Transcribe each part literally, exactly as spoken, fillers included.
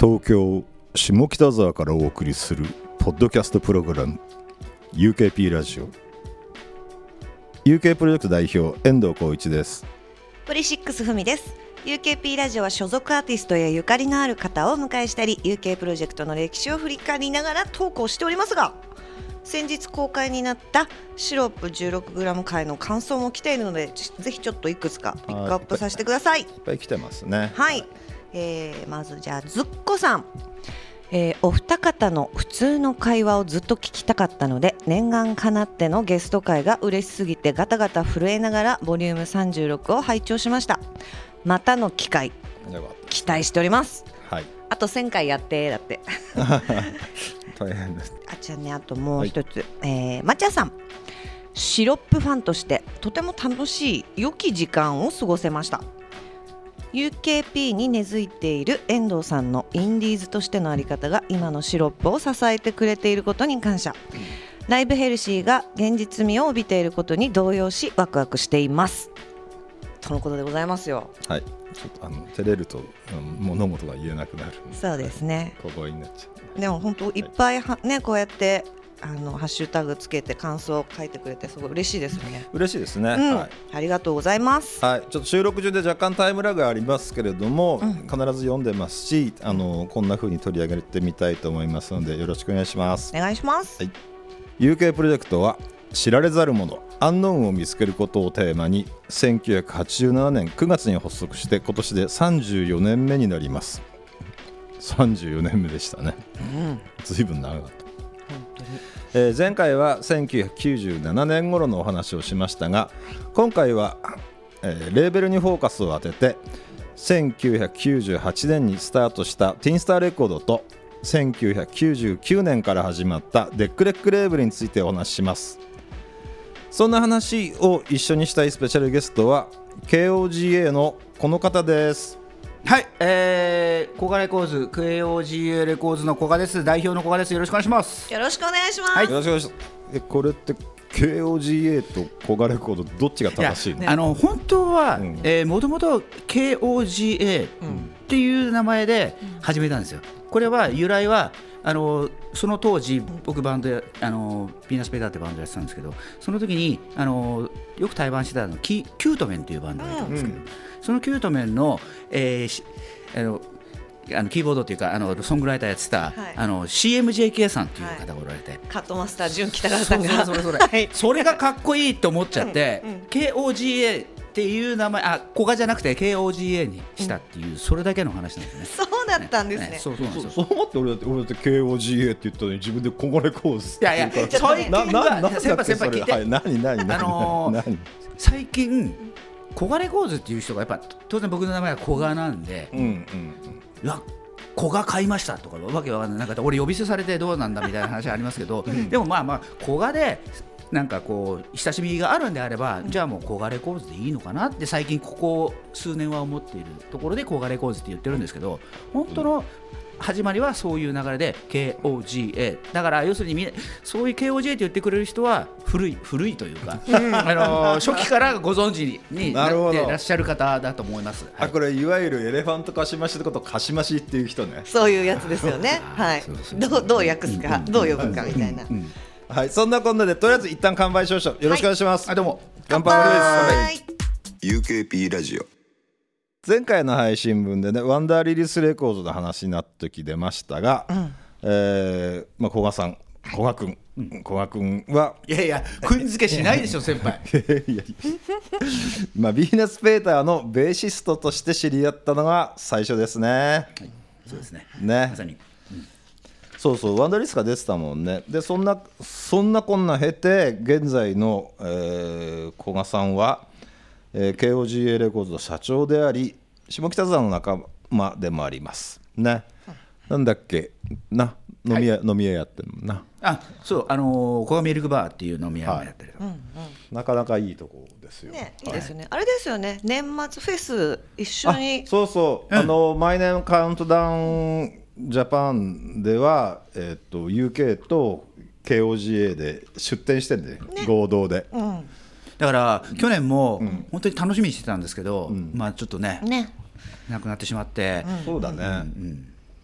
東京下北沢からお送りするポッドキャストプログラム ユーケーピー ラジオ ユーケー プロジェクト代表遠藤浩一です。 ポリシックスふみです。 ユーケーピー ラジオは所属アーティストやゆかりのある方をお迎えしたり ユーケー プロジェクトの歴史を振り返りながらトークをしておりますが、先日公開になったシロップ じゅうろくグラム 回の感想も来ているので、ぜひちょっといくつかピックアップさせてください。 いっぱい来てますね。 はい、えー、まずじゃあずっこさん、えー、お二方の普通の会話をずっと聞きたかったので、念願かなってのゲスト会が嬉しすぎてガタガタ震えながらボリュームさんじゅうろくを拝聴しました。またの機会期待しております。 はい、 あとせんかいやってだって大変です。 あじゃあね、あともう一つ、はい、えー、まちゃさん、シロップファンとしてとても楽しい良き時間を過ごせました。ユーケーピー に根付いている遠藤さんのインディーズとしてのあり方が今のシロップを支えてくれていることに感謝、ライブヘルシーが現実味を帯びていることに動揺しワクワクしていますとのことでございますよ。 はい、ちょっとあの照れると物事が言えなくなる。 そうですね、 小声になっちゃう。 でも本当いっぱいは、ね、こうやってあのハッシュタグつけて感想を書いてくれてすごい嬉しいですよね。 嬉しいですね、 うん、 はい、 ありがとうございます。 はい、ちょっと収録中で若干タイムラグがありますけれども、 うん、 必ず読んでますし、あのこんな風に取り上げてみたいと思いますのでよろしくお願いします。 お願いします。 はい、ユーケー プロジェクトは知られざるものアンノーンを見つけることをテーマにせんきゅうひゃくはちじゅうななねんくがつに発足して今年でさんじゅうよねんめになります。さんじゅうよねんめでしたね、うん、ずいぶん長かった。 本当に、 えー、前回はせんきゅうひゃくきゅうじゅうななねん頃のお話をしましたが、今回は、えー、レーベルにフォーカスを当ててせんきゅうひゃくきゅうじゅうはちねんにスタートしたティンスターレコードとせんきゅうひゃくきゅうじゅうきゅうねんから始まったデックレックレーベルについてお話しします。そんな話を一緒にしたいスペシャルゲストは ケーオージーエー のこの方です。 はい、えー、コガレコーズ ケーオージーエー レコーズのコガです。代表のコガです。よろしくお願いします。 よろしくお願いします。 はい、 よろしくお願いします。えこれって ケーオージーエー とコガレコードどっちが正しいの？ いや、あの本当は、 うん、 えー、もともと ケーオージーエー っていう名前で始めたんですよ。これは由来はあのその当時僕バンドやあのピーナスペーダーってバンドやってたんですけど、その時にあのよく対バンしてたのキキュートメンっていうバンドがいたんですけど、うん、そのキュートメンの、えー、あのあのキーボードっていうかあのソングライターやってた、はい、あの シーエムジェーケー さんっていう方がおられて、はい、 カットマスター純喜多川さんがそれそれそれ、はい、それがかっこいいと思っちゃって、うんうん、ケーオージーエー っていう名前、あ、コガじゃなくて ケーオージーエー にしたっていう、うん、それだけの話なんですね。 そうだったんですね。ね、 そうそうなんですよ。 そう思って俺だって俺だって ケーオージーエー って言ったのに自分でコガレコーズっていやいや最近は先輩先輩聞いて、 はい、何何何、 あのー、何最近コガレコーズっていう人がやっぱ当然僕の名前はコガなんで、うんうんうん、いやコガ買いましたとかわけわかんない、なんか俺呼び捨てされてどうなんだみたいな話ありますけど、うん、でもまあまあコガでなんかこう親しみがあるんであれば、うん、じゃあもうコガレコーズでいいのかなって最近ここ数年は思っているところでコガレコーズって言ってるんですけど、本当の始まりはそういう流れで ケーオージーエー だから、要するにそういう ケーオージーエー って言ってくれる人は古い古いというか、うん、あの初期からご存知になってらっしゃる方だと思います。 あ、これいわゆるエレファントカシマシってことカシマシっていう人ね。 そういうやつですよね。はい、どう、どう訳すか、うん、どう呼ぶかみたいな、うんうん、 はい、そんなこんなでとりあえず一旦乾杯しましょう。よろしくお願いします。 はい、どうも乾杯です。 ユーケーピー ラジオ、 前回の配信分でね、ワンダーリリースレコードの話になった時出ましたが、うん、えーまあ、古賀さん、古賀くん、うん、古賀くんはいやいやくん付けしないでしょ先輩いやいやまあ、ビーナスペーターのベーシストとして知り合ったのが最初ですね。はい、 そうですね、 ね、 まさに、うん、 そうそう、ワンダーリリースが出てたもんね。でそんなそんなこんな経て現在の、えー、古賀さんは、えー、ケーオージーエー レコードの社長であり下北沢の仲間でもありますね。なんだっけな、飲み屋、はい、飲み屋やってるもんな。 あ、そう、あのー、コガミルクバーっていう飲み屋をやってる、はい、うんうん、 なかなかいいとこですよ、 ね、いいですよね、はい、あれですよね、年末フェス一緒に。 そうそう、うん、あの毎年カウントダウンジャパンでは、えー、と ユーケー と ケーオージーエー で出店してるね、ね、合同で、うん、 だから去年も本当に楽しみにしてたんですけど、うん、まあちょっと ね, ねなくなってしまって、 うん、そうだね、うんうん、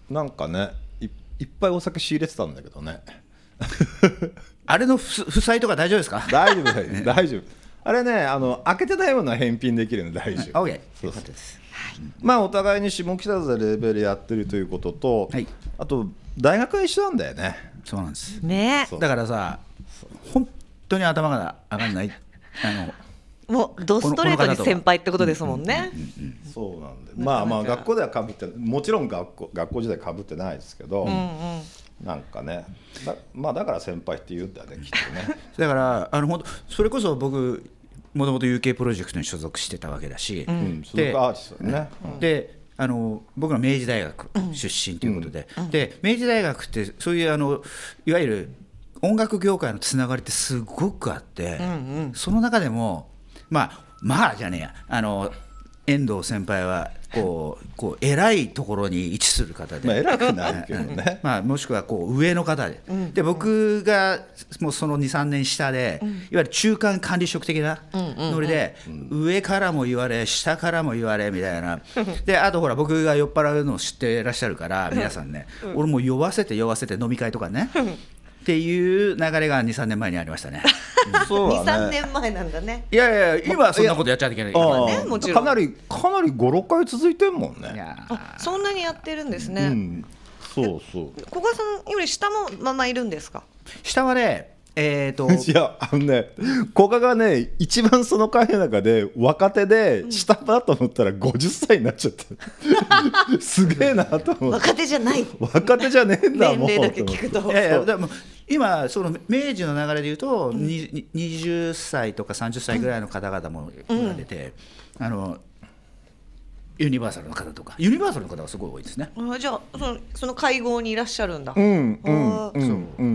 なんかね い, いっぱいお酒仕入れてたんだけどねあれの負債とか大丈夫ですか？ 大丈夫大丈夫大丈夫。あれね、あの開けてないものは返品できるので大丈夫。 OK、 そうそうよかったです。 まあお互いに下北沢でレーベルやってるということと、 はい、 あと大学は一緒なんだよね。 そうなんですね。 だからさ、本当に頭が上がんない、あのもうドストレートに先輩ってことですもんね。 そうなんで、まあまあ学校ではかぶって、もちろん学校学校時代かぶってないですけど、うんうん、なんかね、だまあだから先輩って言うんだよねきっとねだからあの本当それこそ僕もともと ユーケー プロジェクトに所属してたわけだし、 うん、で、アーティストね、うん、 であの僕は明治大学出身ということで、うん、で明治大学ってそういうあのいわゆる音楽業界のつながりってすごくあって、うんうん、その中でもまあまあじゃねえやあの遠藤先輩はこうこう偉いところに位置する方で、 まあ、偉くないけどねまあ、もしくはこう上の方で、うん、で僕がもうその にさんねん下で、うん、いわゆる中間管理職的なノリで、うんうんうん、上からも言われ下からも言われみたいなで、あとほら僕が酔っ払うのを知ってらっしゃるから皆さんね、うん、俺も酔わせて酔わせて飲み会とかねっていう流れが にさんねんまえにありましたね。 そうだね、にさんねんまえなんだね。 いやいや今そんなことやっちゃいけないからね。 もちろんかなりかなりご、ろっかい続いてんもんね。 いやそんなにやってるんですね、うん、 そうそう。 古賀さんより下もままいるんですか？ 下はねえー、といやあのね古賀がね一番その会の中で若手で下だと思ったらごじゅっさいになっちゃったすげえなと思って。 若手じゃない若手じゃねえんだもん。 年齢だけ聞くと。 いやいやでも今その明治の流れでいうと、うん、にじゅっさいとかさんじゅっさいぐらいの方々もおられて、うん、あのユニバーサルの方とかユニバーサルの方がすごい多いですね。 あじゃあその、その会合にいらっしゃるんだ。 うんうんうん、うん、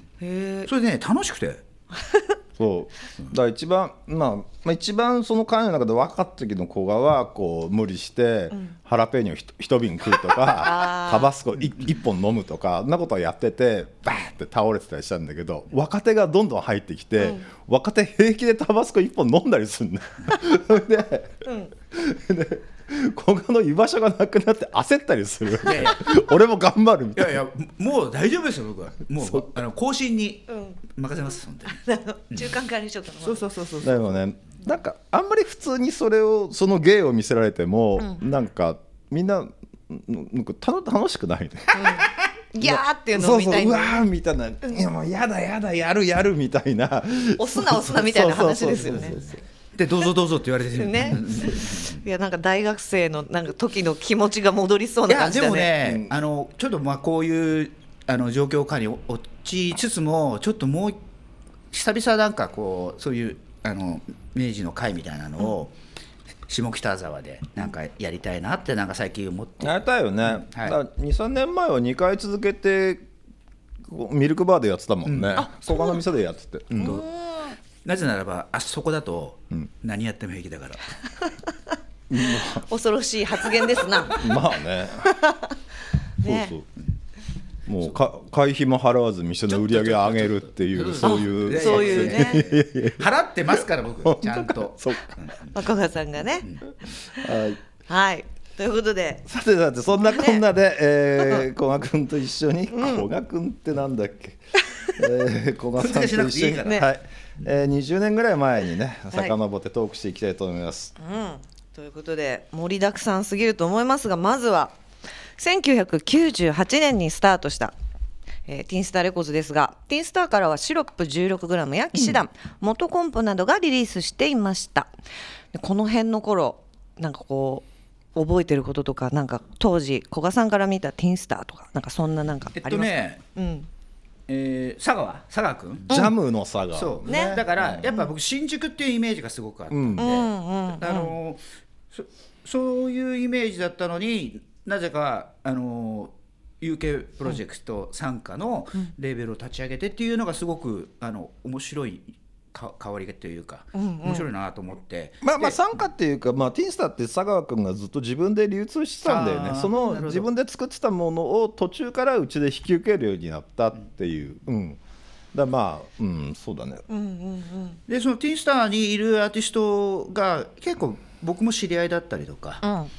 へそれでね楽しくてそうだから一番、まあ、まあ一番その会の中で若かった時の古賀はこう無理して、うん、ハラペーニョ一一瓶食うとかタバスコ一本飲むとかそんなことをやっててバーって倒れてたりしたんだけど、若手がどんどん入ってきて、うん、若手平気でタバスコ一本飲んだりするんだで、うん、で古賀の居場所がなくなって焦ったりする。いやいや俺も頑張るみたいな。 いやいやもう大丈夫ですよ僕は。もうあの後進に任せます、うん、本当に中間管理職のそうそうそうそうでもねなんかあんまり普通にそれをその芸を見せられても、うん、なんかみんななんか楽しくないね、 うん、ギャーっていうのを見たいそうそううわーみたいな、うん、いやもうやだやだやるやるみたいな押すな押すなみたいな話ですよね。 でどうぞどうぞって言われてるねいやなんか大学生のなんか時の気持ちが戻りそうな感じだね。 いやでもね、うん、あのちょっとまあこういうあの状況下に陥りつつもちょっともう久々なんかこうそういうあの明治の会みたいなのを、うん、下北沢でなんかやりたいなってなんか最近思ってやりたいよね、うんはい、にさんねんまえはにかい続けてミルクバーでやってたもんね、うん、他の店でやってて、うん、 なぜならばあそこだと何やっても平気だから、 うん、恐ろしい発言ですなまあねねそうそうもうか会費も払わず店の売り上げを上げるっていうそういうそういうね払ってますから僕ちゃんとそうか若葉さんがね、 うん、はい、 はい、ということでさてさてそんなこんなで、ねえー、古賀くんと一緒に、うん、古賀くんってなんだっけ、えー、古賀さんと一緒に、ねはいえー、にじゅうねんぐらい前にね遡ってトークしていきたいと思います、 はいうん、ということで盛りだくさんすぎると思いますがまずはせんきゅうひゃくきゅうじゅうはちねんにスタートした、えー、ティンスターレコーズですがティンスターからはシロップ じゅうろくグラム や騎士団、うん、元コンポなどがリリースしていました。でこの辺の頃なんかこう覚えてることとかなんか当時古賀さんから見たティンスターとかなんかそんななんかありますか？えっとね、うんえー、佐川佐川くんジャムの佐川、 そう、ね、だからやっぱ僕新宿っていうイメージがすごくあって、うんうん、あの そ, そういうイメージだったのになぜかあの ユーケー プロジェクト傘下のレーベルを立ち上げてっていうのがすごくあの面白いか変わりというか、うんうん、面白いなと思って、 まあまあ傘下っていうか、まあ、ティンスターって佐川君がずっと自分で流通してたんだよね。その自分で作ってたものを途中からうちで引き受けるようになったっていう、うん、だまあ、うん、そうだね、うんうんうん、 でそのティンスターにいるアーティストが結構僕も知り合いだったりとか、うんうん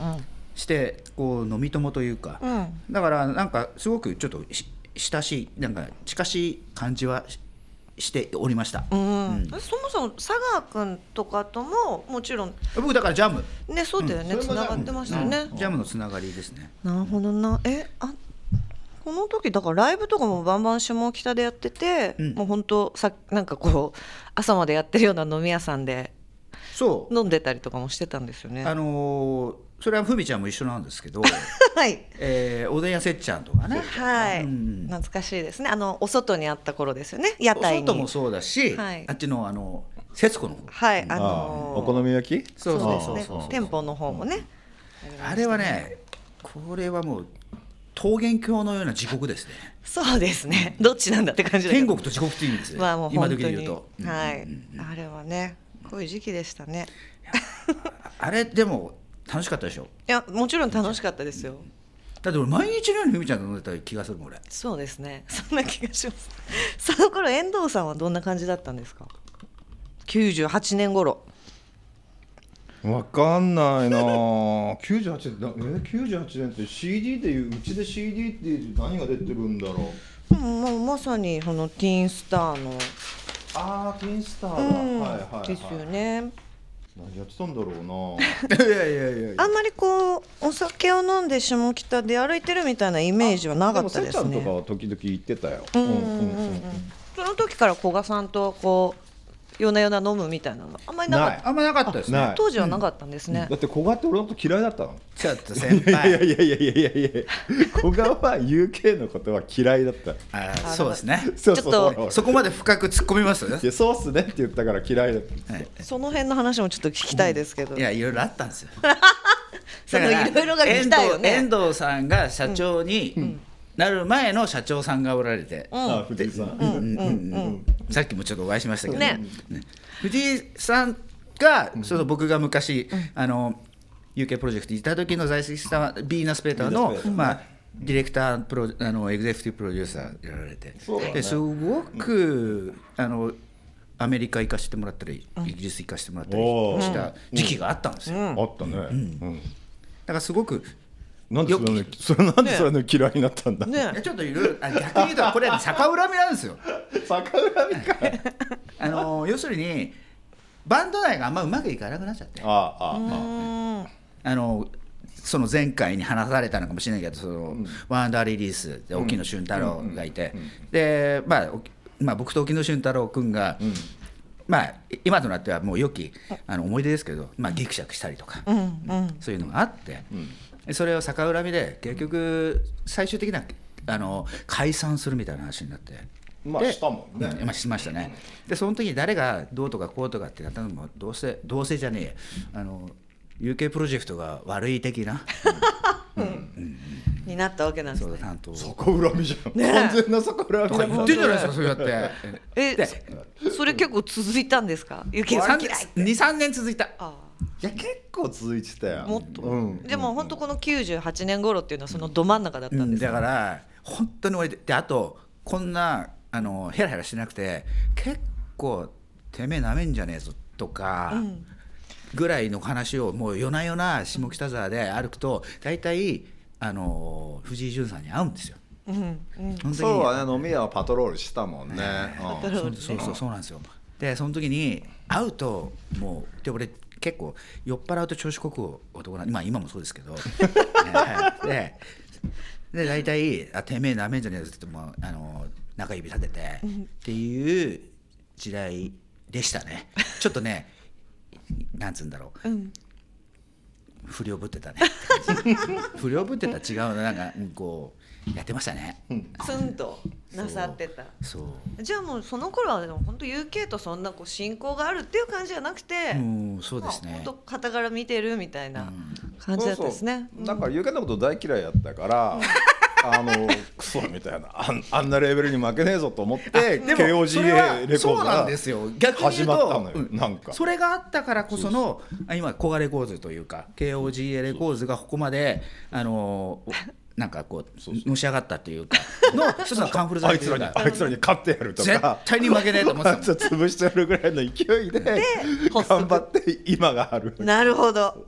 してこう飲み友というか、 うん、 だからなんかすごくちょっと親しいなんか近しい感じはしておりました、 うんうん、 そもそも佐川君とかとももちろん僕だからジャムね、そうだよね、つながってましたよね、 うん、ジャムのつながりですね。 なるほどな。えあこの時だからライブとかもバンバン下北でやってて、うん、もう本当さなんかこう朝までやってるような飲み屋さんでそう飲んでたりとかもしてたんですよね。 あのー、それはふみちゃんも一緒なんですけどはい、 えー、おでん屋せっちゃんとかね、 はい、うん、懐かしいですね。あのお外にあった頃ですよね、屋台に。 お外もそうだし、はい、あっちのあの節子の方、 はい、あのー、お好み焼き、 そうそうですね、店舗の方もね、 うん、あれはね、これはもう桃源郷のような地獄ですね。 そうですね、どっちなんだって感じだけど、 天国と地獄っていう意味ですね、まあ、もう今時で言うと、 はい、うんうんうん、あれはねこういう時期でしたねあれでも楽しかったでしょ。 いやもちろん楽しかったですよ。 だって俺毎日のようにふみちゃんと飲んでた気がするもん俺。 そうですね、そんな気がしますその頃遠藤さんはどんな感じだったんですか。きゅうじゅうはちねん頃。 わかんないなきゅうじゅうはちねんえきゅうじゅうはちねんって シーディー でいううちで シーディー って何が出てるんだろう、うんまあ、まさにそのティーンスターのあーティーンスターだ、うんはいはいはい、 ですよね。 何やってたんだろうないやいやいやいや、 あんまりこうお酒を飲んで下北で歩いてるみたいなイメージはなかったですね。 でもせっちゃんとかは時々行ってたよ。 その時から古賀さんとこう夜な夜な飲むみたいなのあんまりなかった。 あんまりなかったですね。 当時はなかったんですね、 うん、だって古賀って俺のこと嫌いだったの。 ちょっと先輩いやいやいやいやいやいや古賀は ユーケー のことは嫌いだった。 あそうですね。 そうそうちょっとそこまで深く突っ込みます。 いやそうっすねって言ったから嫌いだった、 はい、 その辺の話もちょっと聞きたいですけど、うん、 いやいろいろあったんですよそのいろいろが聞きたいよね。 遠藤、遠藤さんが社長に、うんうんなる前の社長さんがおられて、 うん、あ藤井さん、 さっきもちょっとお会いしましたけど、 ねね、藤井さんが、うん、その僕が昔、うん、あの ユーケー プロジェクトにいた時の在籍したビーナスペーターの、まあ、ディレクタープロあのエグゼクティブプロデューサーやられて、ね、ですごく、うん、あのアメリカ行かせてもらったり、うん、イギリス行かせてもらったりした時期があったんですよ、 うんうん、あったね、うんうん、だからすごくなんでそれ、ね、それなんでそれの嫌いになったんだ、 ねね、ちょっといろいろ逆に言うとこれ逆恨みなんですよ逆恨みかあの要するにバンド内があんまうまくいかなくなっちゃって、ああああのその前回に話されたのかもしれないけどその、うん、ワンダーリリースで沖野俊太郎がいて、うんうんうん、で、まあまあ、僕と沖野俊太郎君が、うんまあ、今となってはもう良きあの思い出ですけど、まあ、ギクシャクしたりとか、うんうん、そういうのがあって、うんそれを逆恨みで結局最終的なあの解散するみたいな話になって、 まあしたもんね、 うんまあ、しましたね。でその時に誰がどうとかこうとかってなったのもどうせどうせじゃねえあの ユーケー プロジェクトが悪い的な、 うんうん、になったわけなんですね。 そう担当逆恨みじゃん、ね、完全な逆恨み言ってんじゃないですかそうやってえそれ結構続いたんですか。ユーケーは嫌いってにさんねん続いた。 あいや結構続いてたよ。 もっと、うん、でも本当このきゅうじゅうはちねん頃っていうのはそのど真ん中だったんです、 うん、だから本当に俺であとこんなあのヘラヘラしてなくて結構てめえなめんじゃねえぞとか、うん、ぐらいの話をもう夜な夜な下北沢で歩くと大体あの藤井潤さんに会うんですよ。 うんうん、 そうはね飲み屋はパトロールしたもんね、 うん、 そうそうそうそうなんですよ。でその時に会うともうで俺結構酔っ払うと調子こく男な、まあ今もそうですけどでで大体あてめえなめんじゃねえぞってもうあの中指立ててっていう時代でしたね。ちょっとねなんつうんだろう、うん、不良ぶってたね不良ぶってた違うのなんかこうやってましたね。 ツンとなさってた。 そうじゃあもうその頃はでも本当 ユーケー とそんなこう親交があるっていう感じじゃなくて、 うん、そうですね。 本当肩から見てるみたいな感じだったですね。そうそうだから ユーケー のこと大嫌いやったから、うん、あのクソみたいな あ, あんなレベルに負けねえぞと思って ケーオージーエー レコードが始まったのよ。なんかそれがあったからこその今コガレコーズというか ケーオージーエー レコーズがここまであのなんかこうのし上がったっていうかの一つのカンフル剤というかあいつらに勝ってやるとか絶対に負けないと思ってたもん潰してやるぐらいの勢いで頑張って今がある。 なるほど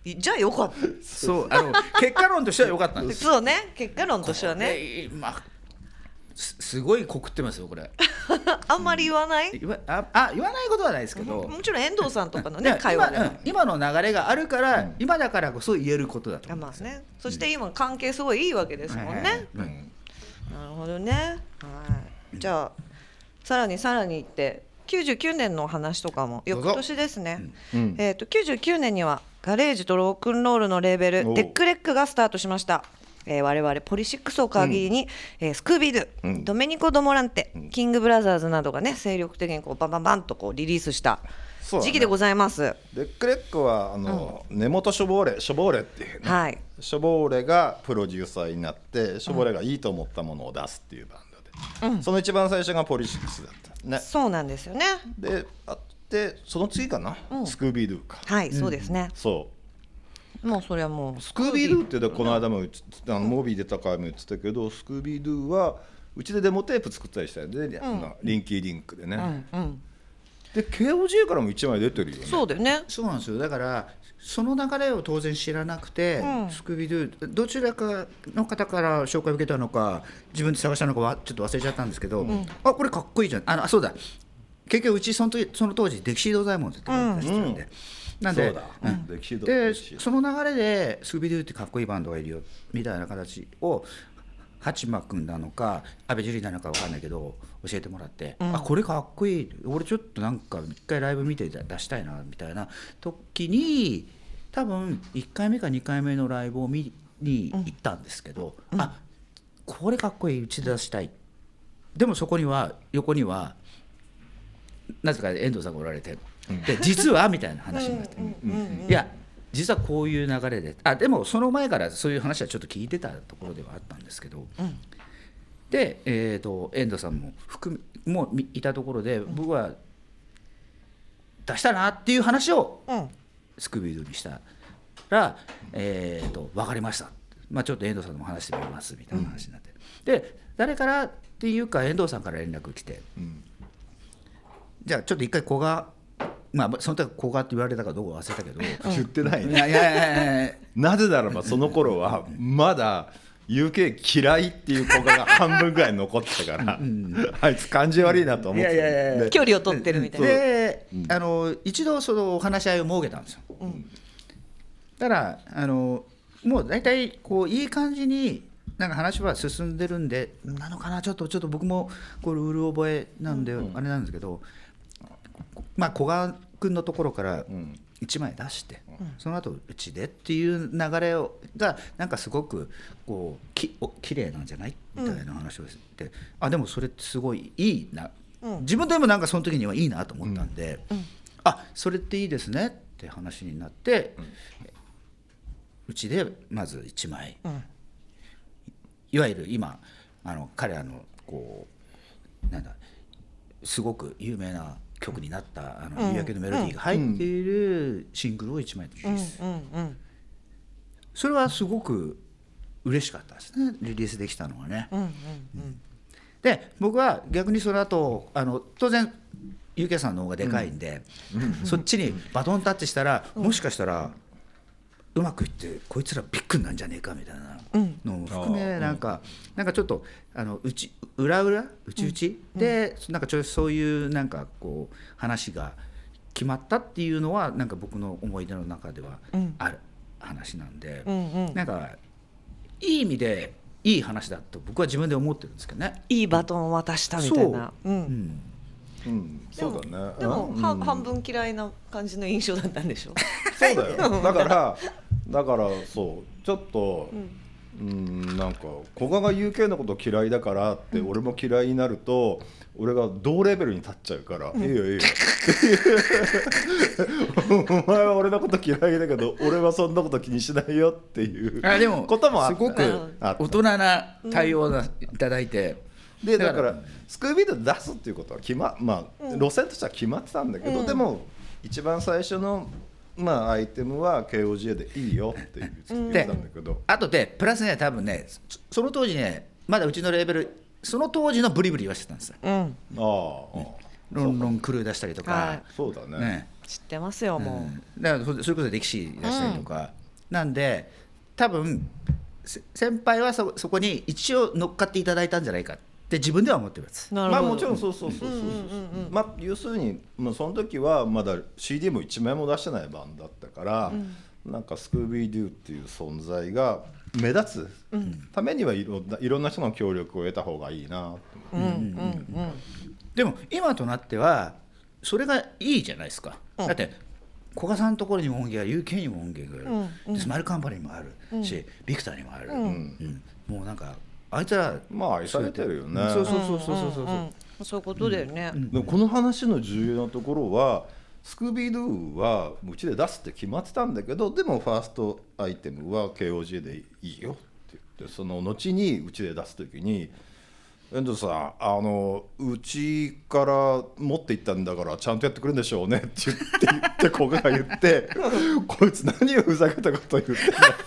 じゃあよかったそうあの結果論としては良かったんですそうね結果論としてはね、 まあ、す, すごい告ってますよこれあんまり言わない、 言わ あ, あ言わないことはないですけど、 もちろん遠藤さんとかのね会話で今, 今の流れがあるから、うん、今だからこそ言えることだと思います、 まあね、そして今関係すごいいいわけですもんね、うんうん、なるほどね、はい、じゃあさらにさらに言ってきゅうじゅうきゅうねんのお話とかも翌年ですね、うん、えーときゅうじゅうきゅうねんにはガレージとロックンロールのレーベルデックレックがスタートしました。えー、我々ポリシックスを皮切りに、うんえー、スクービードゥ、うん、ドメニコ・ドモランテ、うん、キングブラザーズなどがね精力的にこうバンバンバンとこうリリースした時期でございます、ね、 デックレックはあの、うん、根本ショボーレショボーレっていう、ねはい、 ショボーレがプロデューサーになってショボーレがいいと思ったものを出すっていうバンドで、うん、その一番最初がポリシックスだったね。 そうなんですよね。 であってその次かな、うん、スクービードゥかはい、うん、そうですね。 そうもうそれはもうスクービードゥってこの間もあのモービー出た回も言ってたけど、スクービードゥはうちでデモテープ作ったりしたよね、うん、リンキーリンクでね、うんうん、で ケーオージェー からもいちまい出てるよね。 そうだよね。 そうなんですよ。だからその流れを当然知らなくて、うん、スクービードゥどちらかの方から紹介を受けたのか自分で探したのかはちょっと忘れちゃったんですけど、うん、あこれかっこいいじゃん、あのそうだ結局うちその時その当時デキシードザイモンズって出してたんで、うんなんで、うん、でその流れでスクービードゥってかっこいいバンドがいるよみたいな形を八間君なのか阿部樹里なのか分かんないけど教えてもらって、うん、あこれかっこいい俺ちょっとなんか一回ライブ見て出したいなみたいな時に多分いっかいめかにかいめのライブを見に行ったんですけど、うん、あこれかっこいいうちで出したい。でもそこには横にはなぜか遠藤さんがおられてで実はみたいな話になっていや実はこういう流れであでもその前からそういう話はちょっと聞いてたところではあったんですけど、うん、で、えー、と遠藤さんも含みもいたところで僕は出したなっていう話をスクービードゥにしたら、えー、と分かりました、まあ、ちょっと遠藤さんとも話してみますみたいな話になって、うん、で誰からっていうか遠藤さんから連絡来て、うん、じゃあちょっと一回古賀まあ、その時古賀って言われたかどうか忘れたけど言ってないね。 いやいやいやなぜならばその頃はまだ ユーケー 嫌いっていう古賀が半分ぐらい残ってたからあいつ感じ悪いなと思って、いやいやいや距離を取ってるみたいなで、うん、あの一度そのお話し合いを設けたんですよ、うん、だからあのもう大体こういい感じになんか話は進んでるんでなのかなちょっとちょっと僕もこれうる覚えなんであれなんですけど、まあ、古賀君のところからいちまい出して、うん、その後うちでっていう流れをがなんかすごくこうきお綺麗なんじゃないみたいな話をして、うん、あでもそれってすごいいいな、うん、自分でもなんかその時にはいいなと思ったんで、うん、あそれっていいですねって話になって、うん、うちでまずいちまい、うん、いわゆる今あの彼らのこうなんだすごく有名な曲になったあの夕焼けのメロディーが入っているシングルをいちまいリリース、うんうんうん、それはすごく嬉しかったですねリリースできたのはね、うんうんうん、で僕は逆にその後あの当然ユーケーさんの方がでかいんで、うん、そっちにバトンタッチしたら、うん、もしかしたらうまくいってこいつらビッグなんじゃねえかみたいなのを含め、うん、なんかなんかちょっとあのうち裏裏うちうちでなんかちょっとそういうなんかこう話が決まったっていうのはなんか僕の思い出の中ではある話なんで、うんうん、なんかいい意味でいい話だと僕は自分で思ってるんですけどね。 いいバトンを渡したみたいな。 そう、うんうんうん、そうだね。 でも、うん、半分嫌いな感じの印象だったんでしょ。 そうだよ。だからだからそうちょっと、うん、うんなんか古賀が ユーケー のこと嫌いだからって俺も嫌いになると、うん、俺が同レベルに立っちゃうから、うん、いいよいいよお前は俺のこと嫌いだけど俺はそんなこと気にしないよっていうあでもこともあった。 すごく大人な対応をいただいて、 うん、でだからスクービード出すっていうことは決ま、まあ、路線としては決まってたんだけど、うん、でも一番最初のまあ、アイテムは ケーオージェー でいいよって言ってたんだけど、うん、 あとでプラスね多分ねその当時ねまだうちのレーベルその当時のブリブリ言わせてたんですよ、うん、ああロンロンクルー出したりとか、はい、 そうだね、ね知ってますよもう、 うん、だからそれこそ歴史出したりとか、うん、なんで多分先輩は そ, そこに一応乗っかっていただいたんじゃないかって自分では思ってます。 まあもちろんそうそうそうそうそう、まあ要するにもうその時はまだ シーディー もいちまいも出してないバンドだったから、うん、なんかスクービードゥっていう存在が目立つためにはいろんな、いろんな人の協力を得た方がいいなと思って、うんうんうん、 でも今となってはそれがいいじゃないですか、うん、だって古賀さんのところにも音源がある ユーケー にも音源がある、うんうん、でスマイルカンパニーにもある、うん、しビクターにもある、うんうん、もうなんかあいつらまあ愛されてるよね。 そうそうそうそうそうそう、うんうん、 そういうことだよね、 うん、でもこの話の重要なところはスクービードゥはうちで出すって決まってたんだけど、でもファーストアイテムは ケーオージェー でいいよって言って、その後にうちで出す時に遠藤さんあのうちから持っていったんだからちゃんとやってくれるんでしょうねって言って言って古賀が言ってこいつ何をふざけたこと言ってんの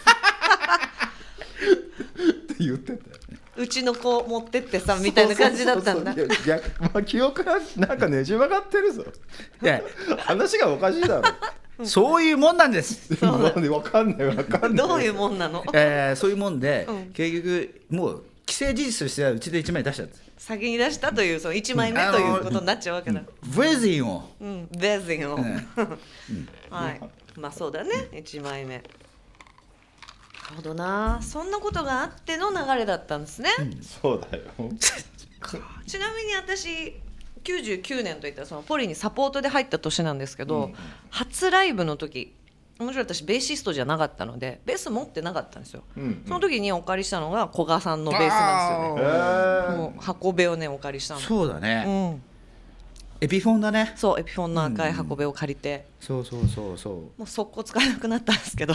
って言ってたよね。 うちの子持ってってさみたいな感じだったんだ。 そうそうそうそう、いや、まあ、記憶がなんかねじ曲がってるぞ。いや話がおかしいだろ。 そういうもんなんです。 わかんないわかんない。 どういうもんなの？ えー、そういうもんで、うん、結局もう既成事実としてはうちでいちまい出したんです。 先に出したというそのいちまいめということになっちゃうわけだ。 ベゼンを、 うん、ベゼンを、うん、はい、まあそうだね、いちまいめ。なるほどな、そんなことがあっての流れだったんですね、うん、 そうだよちなみに私きゅうじゅうきゅうねんといったらそのポリにサポートで入った年なんですけど、うん、初ライブの時もちろん私ベーシストじゃなかったのでベース持ってなかったんですよ、うんうん、その時にお借りしたのが古賀さんのベースなんですよね。もう箱べをねお借りしたの。 そうだね、うん、エピフォンだね。 そうエピフォンの赤い箱べを借りて、 うんうん、そうそうそうそう、 もう速攻使えなくなったんですけど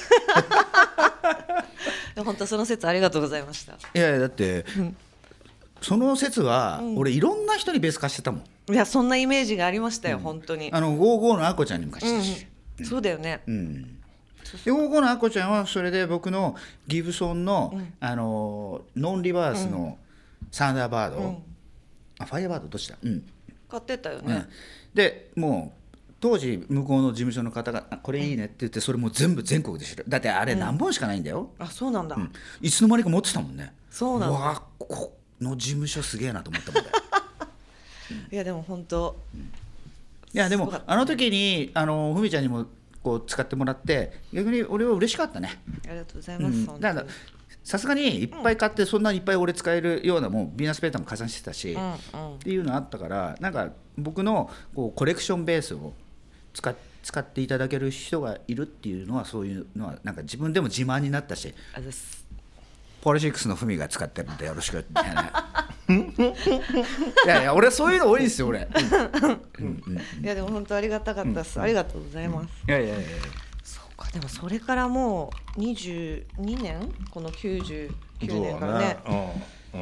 本当その説ありがとうございました。いやいやだって、うん、その説は、うん、俺いろんな人にベース貸してたもん。 いやそんなイメージがありましたよ、うん、本当に。 あのゴーゴーのあこちゃんにも貸したし、 うん、そうだよね、うん、 でゴーゴーのあこちゃんはそれで僕のギブソンの、うん、あのノンリバースのサンダーバード、うん、あファイアバードどっちだ、うん、 買ってたよね、うん、 でもう当時向こうの事務所の方がこれいいねって言ってそれも全部全国で知る。だってあれ何本しかないんだよ、 うん、あそうなんだ、うん、 いつの間にか持ってたもんね。 そうなんだ。 わこの事務所すげえなと思ったもんねいやでも本当、うん、いやでもあの時にあのふみちゃんにもこう使ってもらって逆に俺は嬉しかったね。 ありがとうございます、うん、 だからさすがにいっぱい買ってそんなにいっぱい俺使えるようなもんビーナスペーターも加算してたし、うんうん、っていうのあったからなんか僕のこうコレクションベースを使っ使っていただける人がいるっていうのはそういうのはなんか自分でも自慢になったし、あざすポリシックスのふみが使ってるんでよろしくみたいな。いやいや俺そういうの多いんですよ俺、うんうんうん、 いやでも本当ありがたかったです、うん、ありがとうございます、 うん、いやいやいやそうか。でもそれからもうにじゅうにねんこのきゅうじゅうきゅうねんからね、うんうん、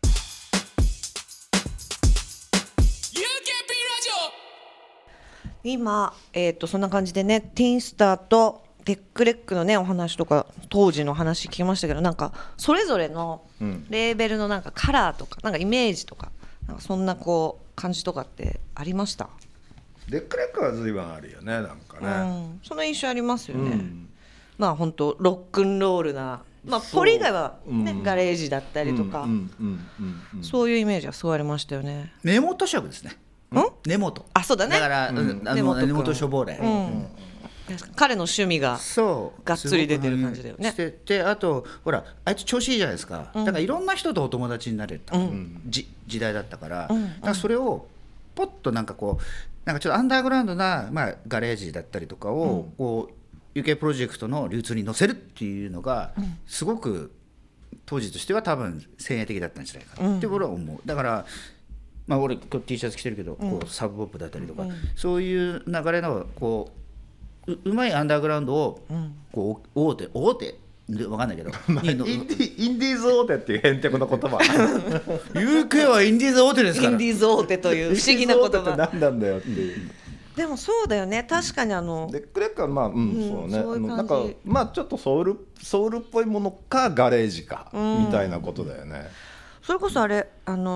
今、えー、とそんな感じでねティンスターとテックレックのねお話とか当時の話聞きましたけど、なんかそれぞれのレーベルのなんかカラーとかなんかイメージとか、なんかそんなこう感じとかってありました？ テックレックは随分あるよねなんかね、 うん、その印象ありますよね、うん、まあ本当ロックンロールな、まあ、ポリ以外は、ねうん、ガレージだったりとか、そういうイメージはすごいありましたよね。 根元色ですね。ん根元。 あそうだね。 だから、うん、あの根元処方例、うんうん、 彼の趣味ががっつり出てる感じだよね。 しててあとほらあいつ調子いいじゃないですか、うん、だからいろんな人とお友達になれた、うん、じ時代だったから、うん、だからそれをポッとなんかこうなんかちょっとアンダーグラウンドな、まあ、ガレージだったりとかを、うん、こう ユーケー プロジェクトの流通に乗せるっていうのがすごく当時としては多分先鋭的だったんじゃないかなって俺は思う。だからまあ、俺今日 T シャツ着てるけど、うん、こうサブポップだったりとか、うん、そういう流れのこう う, うまいアンダーグラウンドをこう大手大手分かんないけど、まあ、インディインディーズ大手っていうへんてこな言葉ユーケー はインディーズ大手ですから。 インディーズ大手という不思議な言葉って何なんだよっていうでもそうだよね確かにあのデックレックはまあ、うんうん、そうねそういうなんかまあちょっとソウルソウルっぽいものかガレージか、うん、みたいなことだよね。 それこそあれあの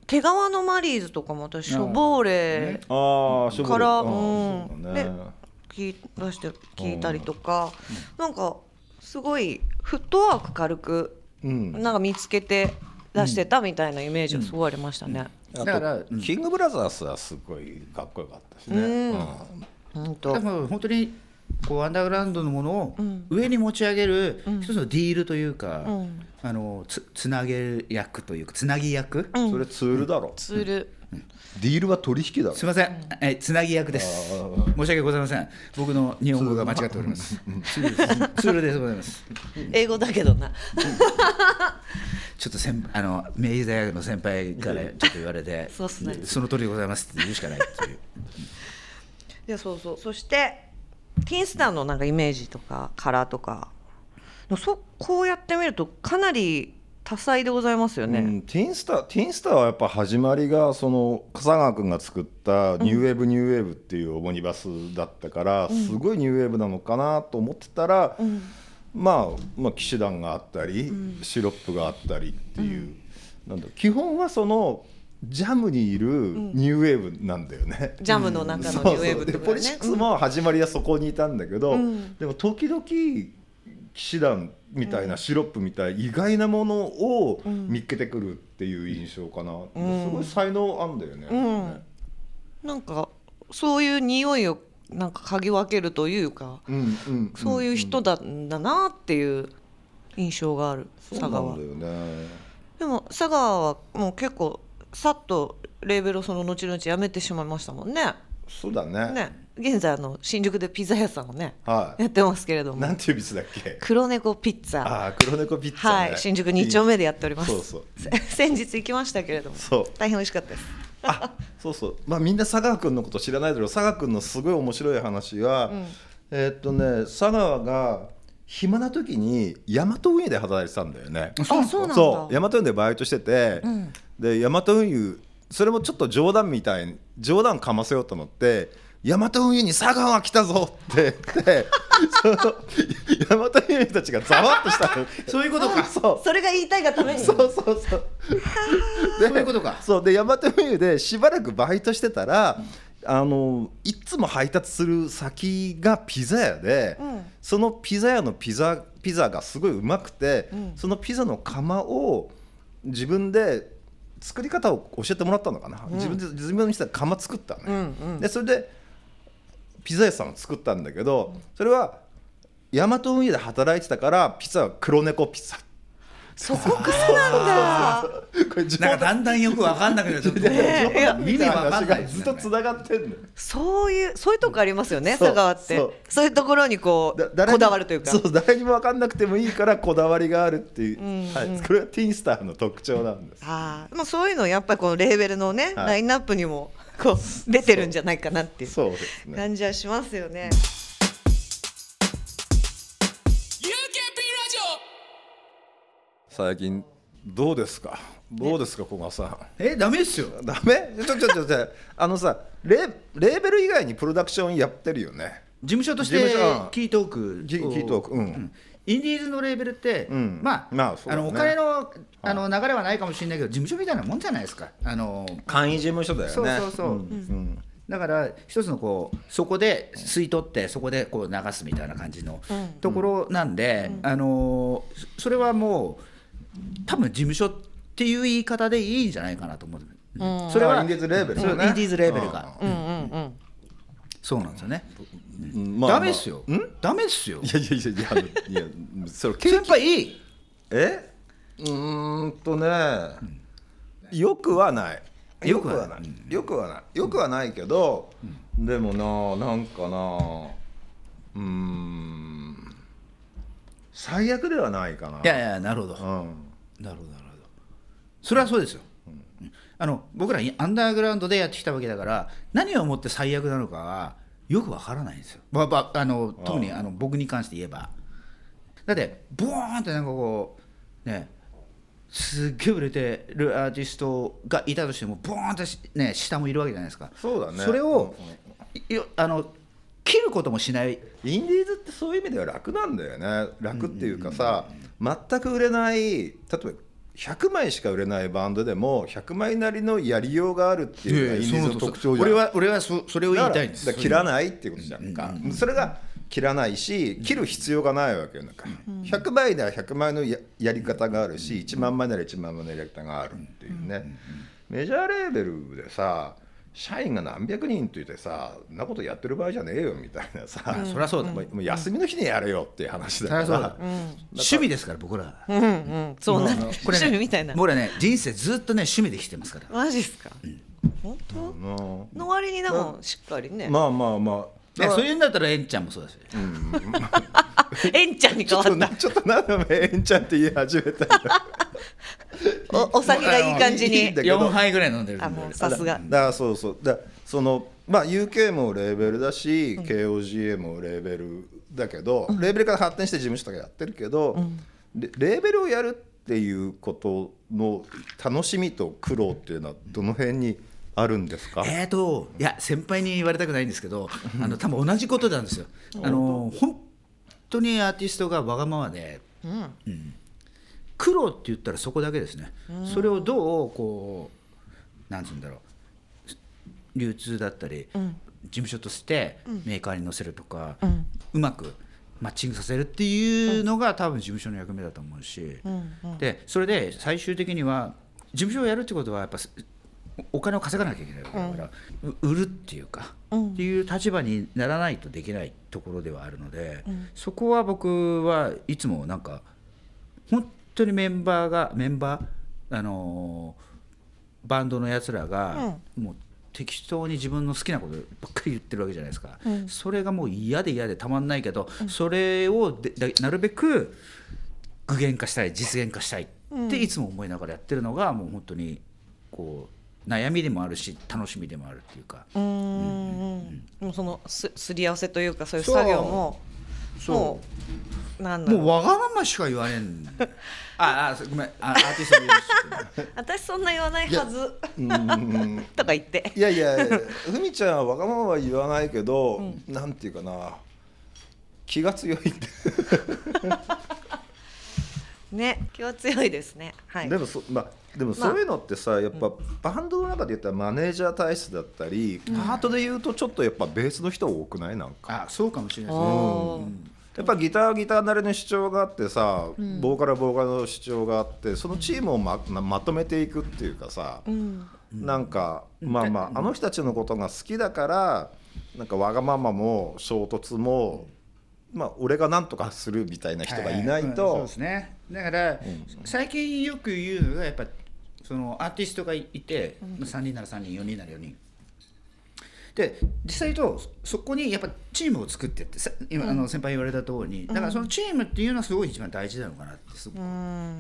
毛皮のマリーズとかも私ショボーレああショボレからあーうんそうだねで聞い出して聞いたりとか、なんかすごいフットワーク軽くうんなんか見つけて出してたみたいなイメージがすごいありましたね。 あとだからうんキングブラザーズはすごいかっこよかったしね、 うんうん本当でも本当にこうアンダーグラウンドのものをうん上に持ち上げるうん一つのディールというか、 うんあの つ, つなげる役というかつなぎ役、 うんそれツールだろ、 ツールディールは取引だろ。 すいません、えつなぎ役です。申し訳ございません。僕の日本語が間違っております。ツールですツールでございます。 英語だけどなちょっと先あの明治大学の先輩からちょっと言われてそうっすねその通りでございますって言うしかないっていう。 いやそうそうそしてティーンスターのなんかイメージとかカラーとかそこうやってみるとかなり多彩でございますよね、 うん、ティーンスターティーンスターはやっぱ始まりがその笠川君が作ったニューウェーブ、うん、ニューウェーブっていうオモニバスだったから、うん、すごいニューウェーブなのかなと思ってたら、うん、まあ、まあ騎士団があったり、うん、シロップがあったりっていう、うん、なんだ基本はそのジャムにいるニューウェーブなんだよね、 うん、ジャムの中のニューウェーブってことだよね。 そうそうでポリシックスも始まりはそこにいたんだけど、うん、でも時々騎士団みたいなシロップみたい意外なものを見っけてくるっていう印象かな、うん、すごい才能あんだよね、うん、 なんかそういう匂いをなんか嗅ぎ分けるというか、うんうんうん、そういう人だんだなっていう印象がある佐賀は。 そうなんだよね。 でも佐賀はもう結構さっとレーベルをその後々やめてしまいましたもんね。 そうだね。 ね現在あの新宿でピザ屋さんをね、はい、やってますけれども、 なんていう店だっけ？ 黒猫ピッツァ。 ああ黒猫ピッツァ、ね、 はい、新宿に丁目でやっております。 そうそう先日行きましたけれども、そう大変美味しかったです。 あそうそう、まあ、みんな佐川君のこと知らないだろう。佐川君のすごい面白い話は、うん、えー、っとね佐川が暇な時にヤマト運輸で働いてたんだよね。 あそうなんだ。 そうヤマト運輸でバイトしてて、うん、でヤマト運輸それもちょっと冗談みたいに冗談かませようと思ってヤマト運輸に佐川来たぞって言ってそのヤマト運輸たちがざわっとしたのそういうことか。 そうそれが言いたいがためにそうそうそうそういうことか。 そうでヤマト運輸でしばらくバイトしてたら、うん、あのいつも配達する先がピザ屋で、うん、そのピザ屋のピザ、ピザがすごいうまくて、うん、そのピザの窯を自分で作り方を教えてもらったのかな、うん、自分で自分の店で窯作ったのね、うんうん、でそれでピザ屋さんを作ったんだけど、それはヤマト運輸で働いてたからピザは黒猫ピザ。 そこからなんだ。 これなんかだんだんよく分かんなくなっちゃって、ね、意味分かんないですね。 ずっとつながってんのよ。 そういうそういうとこありますよね佐川って。そうそういうところにこうこだわるというか。 そう誰にも分かんなくてもいいからこだわりがあるっていう、うんうんはい、これはティーンスターの特徴なんです。 あまあそういうのやっぱりこのレーベルのね、はい、ラインナップにもこう出てるんじゃないかなっていう感じはしますよね。 最近どうですかどうですか古賀さん。 えダメですよ。 ダメちょちょちょちょあのさ レ, レーベル以外にプロダクションやってるよね。 事務所としてキートークキートーク、うんうん、 インディーズのレーベルって、うん、まあ、まあね、あのお金 の, あの流れはないかもしれないけど事務所みたいなもんじゃないですか。あの簡易事務所だよね。 そうそうそう、うんうん、だから一つのこうそこで吸い取ってそこでこう流すみたいな感じのところなんで、うん、あのそれはもう多分事務所っていう言い方でいいんじゃないかなと思う、 うん、それはインディーズレーベル、ね、 インディーズレーベルが、 うんうんうん、 そうなんですよね、 うんまあ、 ダメっすよ、 まあ、 ダメっすよ。 いやいやいやいやいやそれ先輩いいえうーんとね、うん、よくはないよくはないよくはないよくはないけど、うん、でもななんかなうーん最悪ではないかな。 いやいやなるほど、うん、なるほどなるほどそれはそうですよ、うん、あの僕らアンダーグラウンドでやってきたわけだから何をもって最悪なのかはよくわからないんですよ、まあまあ、あの特にあの僕に関して言えばだってボーンってなんかこうねすっげえ売れてるアーティストがいたとしてもボーンってね下もいるわけじゃないですか。 そうだね。それを、うん、あの切ることもしない。 インディーズってそういう意味では楽なんだよね。楽っていうかさ、全く売れない例えばひゃくまいしか売れないバンドでもひゃくまいなりのやりようがあるっていうのがインディーズの特徴じゃん。 俺は俺は そ, それを言いたいんです。 だから切らないっていうことじゃんか、うんうん、それが切らないし切る必要がないわけよ。なんかひゃくまいならひゃくまいの や, やり方があるしいちまんまいならいちまんまいのやり方があるっていうね。メジャーレーベルでさ社員が何百人といてさそんなことやってる場合じゃねえよみたいなさ、 うん、そりゃそうだ、 もう休みの日にやれよっていう話だから、 うん、だ趣味ですから僕ら、 うんうん、そうなん、ね、趣味みたいな。 僕らね人生ずっとね趣味で生きてますから。 マジっすか、うん、本当、うん、の割にでもしっかりね。 まあまあまあそういうんだったらエンちゃんもそうだし、うん、 エンちゃんに変わった。 ちょっと何でもエンちゃんって言い始めたんだお, お酒がいい感じによんはいぐらい飲んでる。 あもうさすが。 だからそうそうだその、まあ、ユーケー もレーベルだし、うん、ケーオージーエー もレーベルだけど、うん、レーベルから発展して事務所とかやってるけど、うん、レ, レーベルをやるっていうことの楽しみと苦労っていうのはどの辺にあるんですか？ えーといや先輩に言われたくないんですけどあの多分同じことなんですよ。あの本当にアーティストがわがままで、うんうん、苦労って言ったらそこだけですね。それをどうこうなんつうんだろう流通だったり、うん、事務所としてメーカーに載せるとか、うん、うまくマッチングさせるっていうのが多分事務所の役目だと思うし、うんうん、でそれで最終的には事務所をやるってことはやっぱお金を稼がなきゃいけないから、うん、売るっていうか、うん、っていう立場にならないとできないところではあるので、うん、そこは僕はいつもなんか本当にメンバーがメンバーあのー、バンドのやつらがもう適当に自分の好きなことばっかり言ってるわけじゃないですか、うん、それがもう嫌で嫌でたまんないけど、うん、それをでなるべく具現化したい実現化したいっていつも思いながらやってるのがもう本当にこう悩みでもあるし楽しみでもあるっていうか、うーん、うんうんうん、もうその す, すり合わせというかそういう作業ももうなんだろうもうわがまましか言われんああごめんあアーティストに言う私そんな言わないはずうんとか言っていやいやふみちゃんはわがままは言わないけど、うん、なんていうかな気が強いってね気は強いですね、はい、 でもそ、まあ、でもそういうのってさ、まあ、やっぱバンドの中で言ったらマネージャー体質だったり、うん、パートで言うとちょっとやっぱベースの人多くないなんかあそうかもしれないですね、うんやっぱギターはギターなりの主張があってさ、うん、ボーカルはボーカルの主張があってそのチームを ま, まとめていくっていうかさ、うん、なんか、うん、まあまああの人たちのことが好きだからなんかわがままも衝突も、まあ、俺が何とかするみたいな人がいないと、はいはい、 そうですねだから、うん、最近よく言うのがやっぱそのアーティストがいて、うん、さんにんならさんにんよにんならよにんで実際とそこにやっぱチームを作ってって今、うん、あの先輩言われた通りにだからそのチームっていうのはすごい一番大事なのかなってすごく、うん、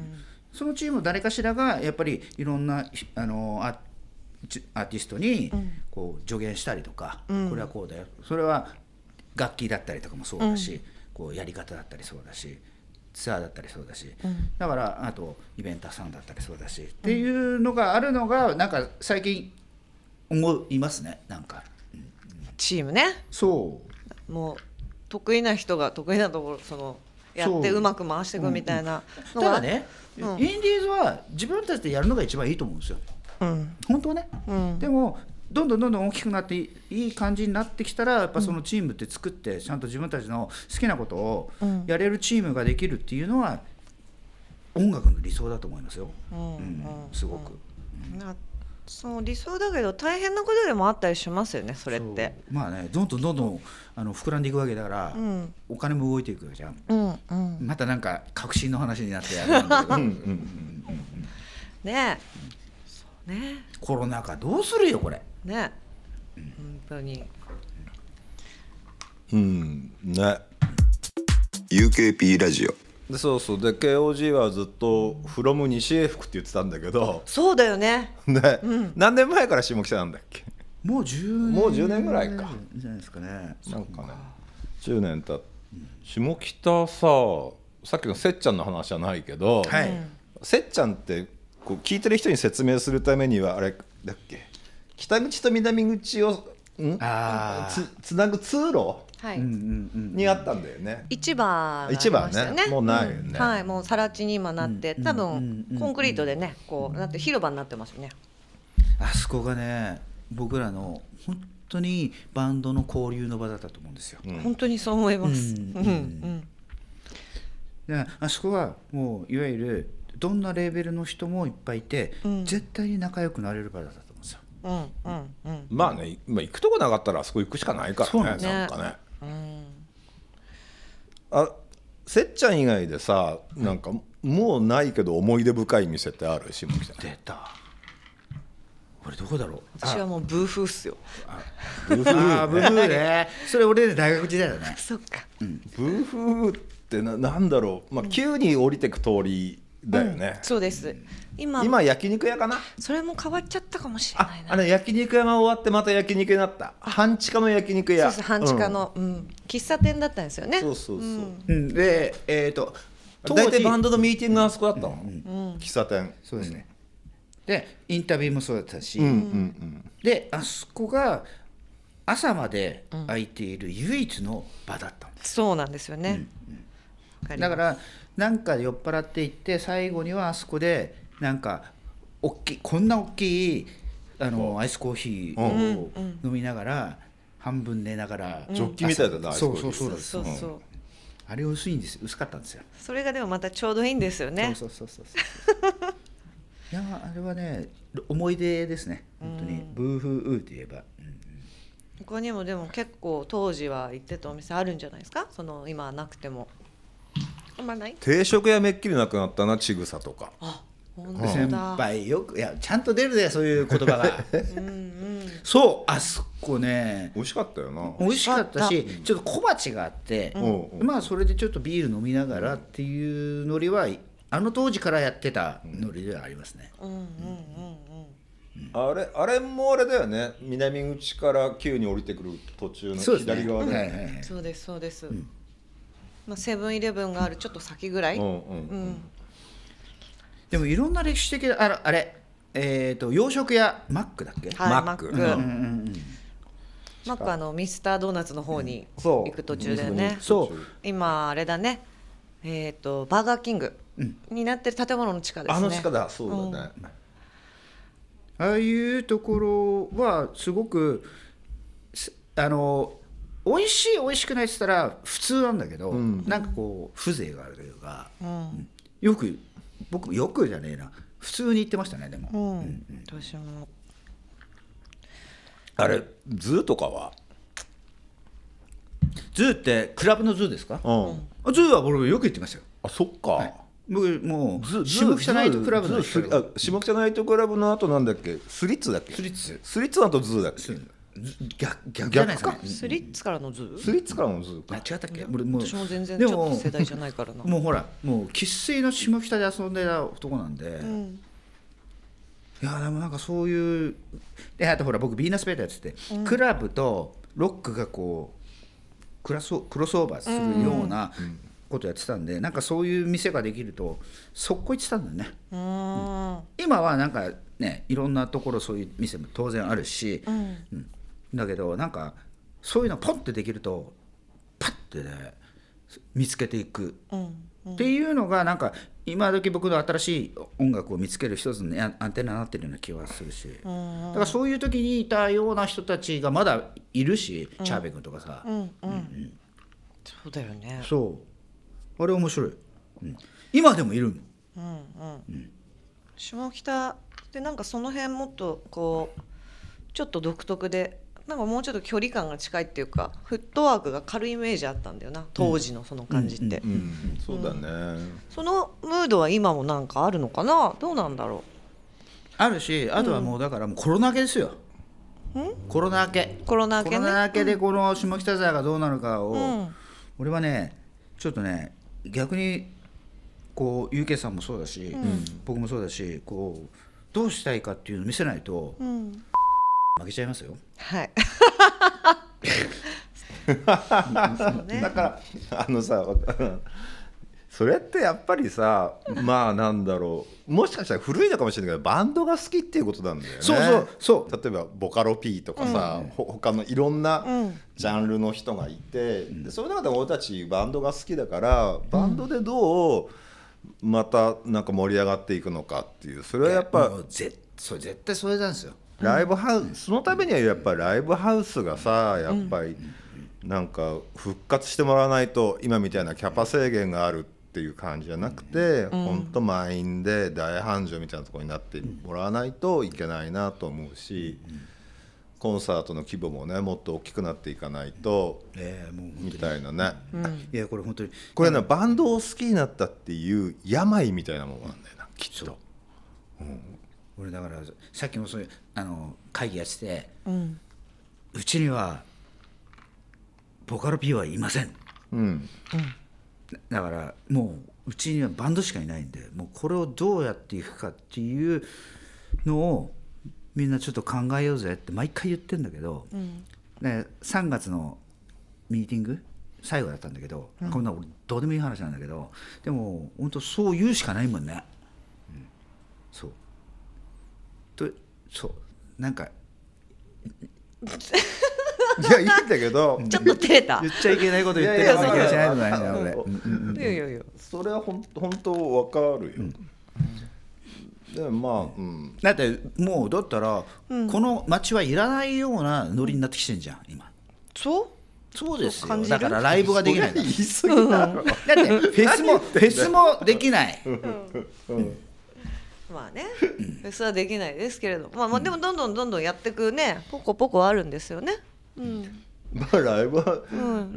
そのチーム誰かしらがやっぱりいろんなあのアーティストにこう助言したりとか、うん、これはこうだよそれは楽器だったりとかもそうだし、うん、こうやり方だったりそうだしツアーだったりそうだし、うん、だからあとイベンターさんだったりそうだし、うん、っていうのがあるのがなんか最近思いますねなんかチームねそうもう得意な人が得意なところそのやってうまく回していくみたいなのが、 うんうん、ただね、うん、インディーズは自分たちでやるのが一番いいと思うんですよ、うん、本当はね、うん、でもどんどんどんどん大きくなっていい感じになってきたらやっぱそのチームって作ってちゃんと自分たちの好きなことをやれるチームができるっていうのは音楽の理想だと思いますよ、うんうん、すごく、うんうんその理想だけど大変なことでもあったりしますよねそれってまあねどんどんどんどんあの膨らんでいくわけだから、うん、お金も動いていくじゃん、うんうん、またなんか革新の話になってやるんだけどねえそうねコロナ禍どうするよこれねえ、うん、本当にうんねユーケーピー ラジオでそうそうで ケーオージー はずっと「フロム 西英福」って言ってたんだけどそうだよねね、うん、何年前から下北なんだっけもうじゅうねんもうじゅうねんぐらいかじゃないですかねなんかねじゅうねんたって下北ささっきのせっちゃんの話じゃないけど、はい、せっちゃんってこう聞いてる人に説明するためにはあれだっけ北口と南口をんあ つ, つなぐ通路はい、 うんうんうん、 にあったんだよね。 市場がありま市場したよね。 ねもうないよね、 うん、はい、もう更地に今なって、 うん多うん分コンクリートでねこうなって広場になってますよね。 あそこがね僕らの本当にバンドの交流の場だったと思うんですよ、 うん、 本当にそう思います、 うんうんうん、 であそこはもういわゆるどんなレーベルの人もいっぱいいて、うん、絶対に仲良くなれる場だったと思うんですよ、 うんうんうん、 まあね、まあ、行くとこなかったらあそこ行くしかないからね。そうなんね、なんかね、うん、あせっちゃん以外でさなんかもうないけど思い出深い店ってある？下北。 出た。これどこだろう。 私はもうブーフーっすよ。 あブーフー、あブーフーね。それ俺大学時代だね。 そっか、 うん、ブーフーってな、なんだろう、まあ、急に降りてく通りだよね、 うん、そうです。今今焼肉屋かな。 それも変わっちゃったかもしれないな。 あ、あれ焼肉屋が終わってまた焼肉になった。半地下の焼肉屋。 そうそう、半地下の、うんうん、喫茶店だったんですよね。 そうそうそう、 うん、でえっ、ー、と大体バンドのミーティングがあそこだったの、うんうん、 喫茶店。 そうですね。でインタビューもそうだったし、 うんうんうん、 であそこが朝まで空いている唯一の場だったんです、 うん、そうなんですよね、 うんうん、だからなんか酔っ払っていって最後にはあそこでなんか大きいこんな大きいあのアイスコーヒーを飲みながら、うん、半分寝ながら、 うん、ジョッキみたいだな、 そうそうそうそうそうそう、 あれ薄いんです、薄かったんですよ。 それがでもまたちょうどいいんですよね。 そうそうそうそういやあれはね思い出ですね本当に、うん、ブーフーって言えば、うん、 他にもでも結構当時は行ってたお店あるんじゃないですか。その今はなくてもあんまない。 定食屋めっきりなくなったな、ちぐさとか。 あ、本当だ。 先輩よくいやちゃんと出るねそういう言葉がうん、うん、そうあそこね美味しかったよな。 美味しかったしちょっと小鉢があって、うん、まあそれでちょっとビール飲みながらっていうノリはあの当時からやってたノリではありますね。 うんうんうんうん、 あれあれもあれだよね。南口から急に降りてくる途中の左側で、ね、はいはいはい、 そうですそうです、うん、まあ、セブンイレブンがあるちょっと先ぐらい、うんうんうん、 でもいろんな歴史的なあれ、あれえーと洋食屋マックだっけ、 はい、マック、うんうんうんうんマックあのミスタードーナツの方に行く途中だよね、うん、 そう今あれだね、えーとバーガーキングになってる建物の地下ですね。 あの地下だ、そうだね、うん、 ああいうところはすごくあの美味しい美味しくないって言ったら普通なんだけど、うん、なんかこう風情があるというか、うん、よく僕よくじゃねえな普通に言ってましたね。でも、うんうん、 私もあれズーとかはズーってクラブのズーですか、うん、ズーは僕よく言ってましたよ。 あ、そっか、はい、 僕もう下北ナイトクラブの下北ナイトクラブの後なんだっけ、スリッツだっけ。 スリッツスリッツの後ズーだっけ。 逆逆じゃないですか、ね、 スリッツからのズースリッツからのズーか。 違ったっけ。 俺もう私も全然ちょっと世代じゃないからな。 もうほらもう生粋の下北で遊んでた男なんで、うん、いやでもなんかそういうで、あとほら僕ビーナスペーターやってて、うん、クラブとロックがこうクラスクロスオーバーするようなことやってたんで、うん、なんかそういう店ができると速攻行ってたんだよね、うん、今はなんかねいろんなところそういう店も当然あるし、うんうん、だけどなんかそういうのポンってできるとパッてね見つけていくっていうのがなんか今時僕の新しい音楽を見つける一つの、ね、アンテナになってるような気がするし、だからそういう時にいたような人たちがまだいるし、チャーベ君とかさ、うんうんうんうん、 そうだよね。 そうあれ面白い、うん、今でもいるの、うんうんうん、下北でなんかその辺もっとこうちょっと独特でなんかもうちょっと距離感が近いっていうかフットワークが軽いイメージあったんだよな当時のその感じって、うんうんうん、 そうだね、うん、 そのムードは今もなんかあるのかな、どうなんだろう。 あるし、あとはもうだからもうコロナ明けですよ、うん、コロナ明けコロナ明けね、 コロナ明けでこの下北沢がどうなるかを、うん、俺はねちょっとね逆にこう ユーケー さんもそうだし、うん、僕もそうだしこうどうしたいかっていうのを見せないと、うん負けちゃいますよ。 はいだからあのさそれってやっぱりさ、まあなんだろう、もしかしたら古いのかもしれないけどバンドが好きっていうことなんだよね。 そうそうそう。 例えばボカロ P とかさ、うん、他のいろんなジャンルの人がいて、うん、でその中で俺たちバンドが好きだからバンドでどうまたなんか盛り上がっていくのかっていう、それはやっぱぜそれ絶対それなんですよ。 ライブハウス、そのためにはやっぱりライブハウスがさ、やっぱりなんか復活してもらわないと、今みたいなキャパ制限があるっていう感じじゃなくて、本当満員で大繁盛みたいなところになってもらわないといけないなと思うし、コンサートの規模もねもっと大きくなっていかないと、えー、もうみたいなね、 うん、いやこれ本当にこれね、バンドを好きになったっていう病みたいなものなんだよな、きっと。 うん、俺だからさっきもそういうあの会議やってて、うん、うちにはボカロ P はいません、うん、だからもううちにはバンドしかいないんで、もうこれをどうやっていくかっていうのをみんなちょっと考えようぜって毎回言ってんだけど、うん、ね、さんがつのミーティング最後だったんだけど、うん、こんな俺どうでもいい話なんだけど、でも本当そう言うしかないもんね、うん、そうとそうなんかいやいいんだけどちょっと照れた言っちゃいけないこと言ってるような気がしないのないな俺。 いやいやいや、 それはほん本当わかるよ、うん、でもまあ、うん、 だってもうだったら、うん、この街はいらないようなノリになってきてんじゃん今。 そうそうですよ。だからライブができないから。 言い過ぎだろ、うん、だってフェスもフェスもできない、うんうん、まあね、うん、フェスはできないですけれど、まあ、まあでもどんどんどんどんやっていくね、ポコポコあるんですよね、うん、 まあ、ライブハ、うん、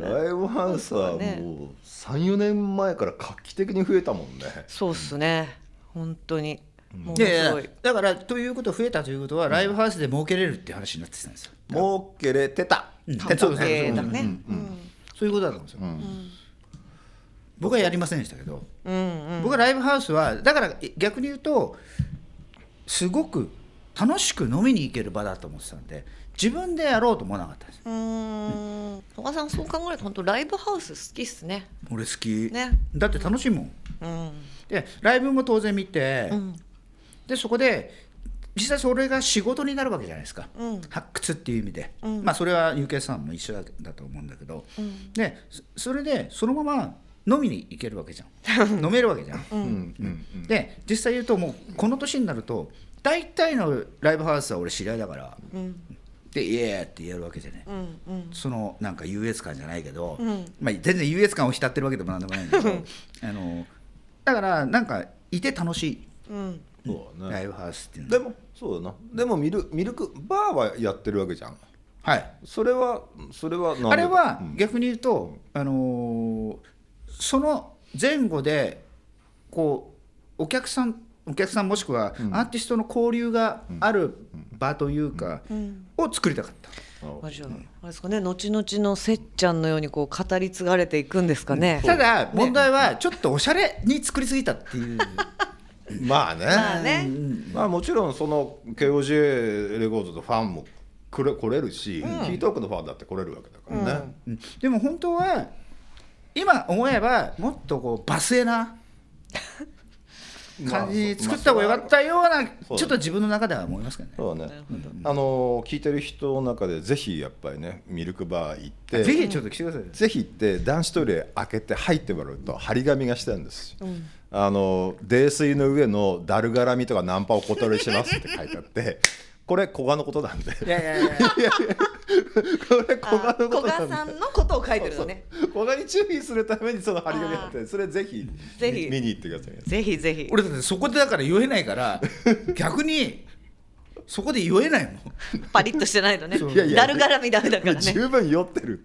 ライブハウスはもうさん、よねんまえから画期的に増えたもんね。 そうっすね、本当に、 うん、もうすごい。いやいやだからということ増えたということは、うん、ライブハウスで儲けれるっていう話になってたんですよ。 儲けれてた、 うん、そうそうそう、 そういうことだと思うんですよ、うん、僕はやりませんでしたけど、うんうん、僕はライブハウスはだから逆に言うとすごく楽しく飲みに行ける場だと思ってたんで、自分でやろうと思わなかったです。うーん、小川さんそう考えると本当ライブハウス好きっすね。 俺好き、ね、だって楽しいもん、うん、でライブも当然見て、うん、でそこで実際それが仕事になるわけじゃないですか、うん、発掘っていう意味で、うん、まあそれは ユーケー さんも一緒だと思うんだけど、うん、でそれでそのまま飲みに行けるわけじゃん飲めるわけじゃん、うんうんうん、で実際言うともうこの年になると大体のライブハウスは俺知り合いだから、うん、でイエーって言えるわけじゃね、うんうん、そのなんか優越感じゃないけど、うんまあ、全然優越感を浸ってるわけでもなんでもないんだけどあのだからなんかいて楽しい、うんそうだね、ライブハウスっていうのでもそうだな。でもミル、ミルクバーはやってるわけじゃん。 はい。 それはそれはあれは逆に言うと、うん、あのー、その前後でこうお客さんお客さんもしくはアーティストの交流がある場というか、うん、を作りたかった。 あれじゃない、あれですかね、後々のせっちゃんのようにこう語り継がれていくんですかね。 ただ問題はちょっとおしゃれに作りすぎたっていう。 まあね、まあね、 うん、 まあもちろんその ケーオージェー レコードとファンも来れ、来れるし、うん、キートークのファンだって来れるわけだからね、 うんうん、でも本当は今思えばもっとこうバスエな感じに作った方がよかったような、まあ、ちょっと自分の中では思いますけどね。 そうだね、うん、あの聞いてる人の中でぜひやっぱりねミルクバー行ってぜひちょっと来てください、 ぜひ行って男子トイレ開けて入ってもらうと張り紙がしてあるんですよ、うん、あの泥酔の上のだるがらみとかナンパをお断りしますって書いてあってこれ古賀のことなんで、いやいやいやこれ古賀のことなんで、 古賀さんのことを書いてるのね。 古賀に注意するためにその張り紙があって、それぜひぜひ見に行ってください。 ぜひぜひ。 俺だってそこでだから言えないから逆にそこで言えないもん。 パリッとしてないのね。だるがらみダメだからね。 十分酔ってるって。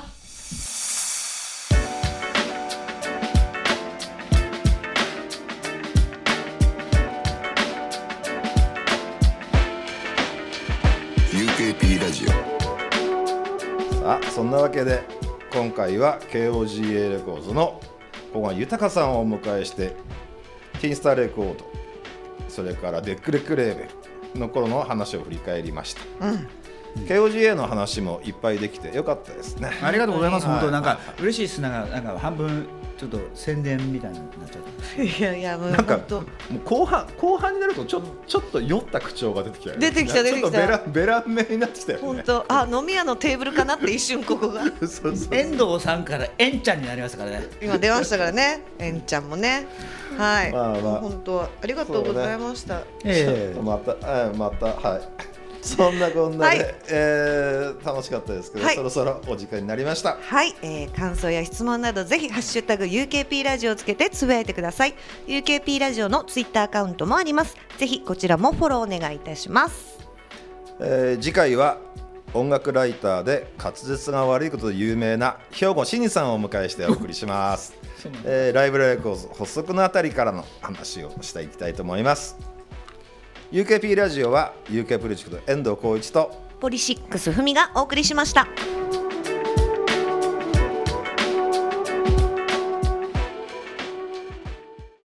ユーケーピー ラジオ。 さあそんなわけで今回は ケーオージーエー レコーズの古賀豊さんをお迎えしてティンスターレコード、それからデックレックレーベルの頃の話を振り返りました、うん、 ケーオージーエー の話もいっぱいできてよかったですね。 ありがとうございます。 はい、 本当なんか嬉しいです。なんかなんか半分ちょっと宣伝みたいになっちゃった。 いやいやもうなんか本当もう後半後半になるとちょちょっと酔った口調が出てきたよね。 出てきた出てきたちょっとベラベランめになってきたよね。 本当あ飲み屋のテーブルかなって一瞬ここがそうそうそう遠藤さんからえんちゃんになりましたからね。 今出ましたからね。えんちゃんもね。はい。 まあまあ本当ありがとうございました。 ええまたあまたはい。そんなこんなで、 はいえー楽しかったですけど、 はいそろそろお時間になりました。 はい、えー、感想や質問などぜひハッシュタグ ユーケーピー ラジオをつけてつぶやいてください。 ユーケーピー ラジオのツイッターアカウントもあります。ぜひこちらもフォローお願いいたします。 えー次回は音楽ライターで滑舌が悪いことで有名な兵庫真二さんをお迎えしてお送りします、えーライブレコーズ発足のあたりからの話をしていきたいと思います。 ユーケーピー ラジオは ユーケー プロジェクト遠藤浩一とポリシックスふみがお送りしました。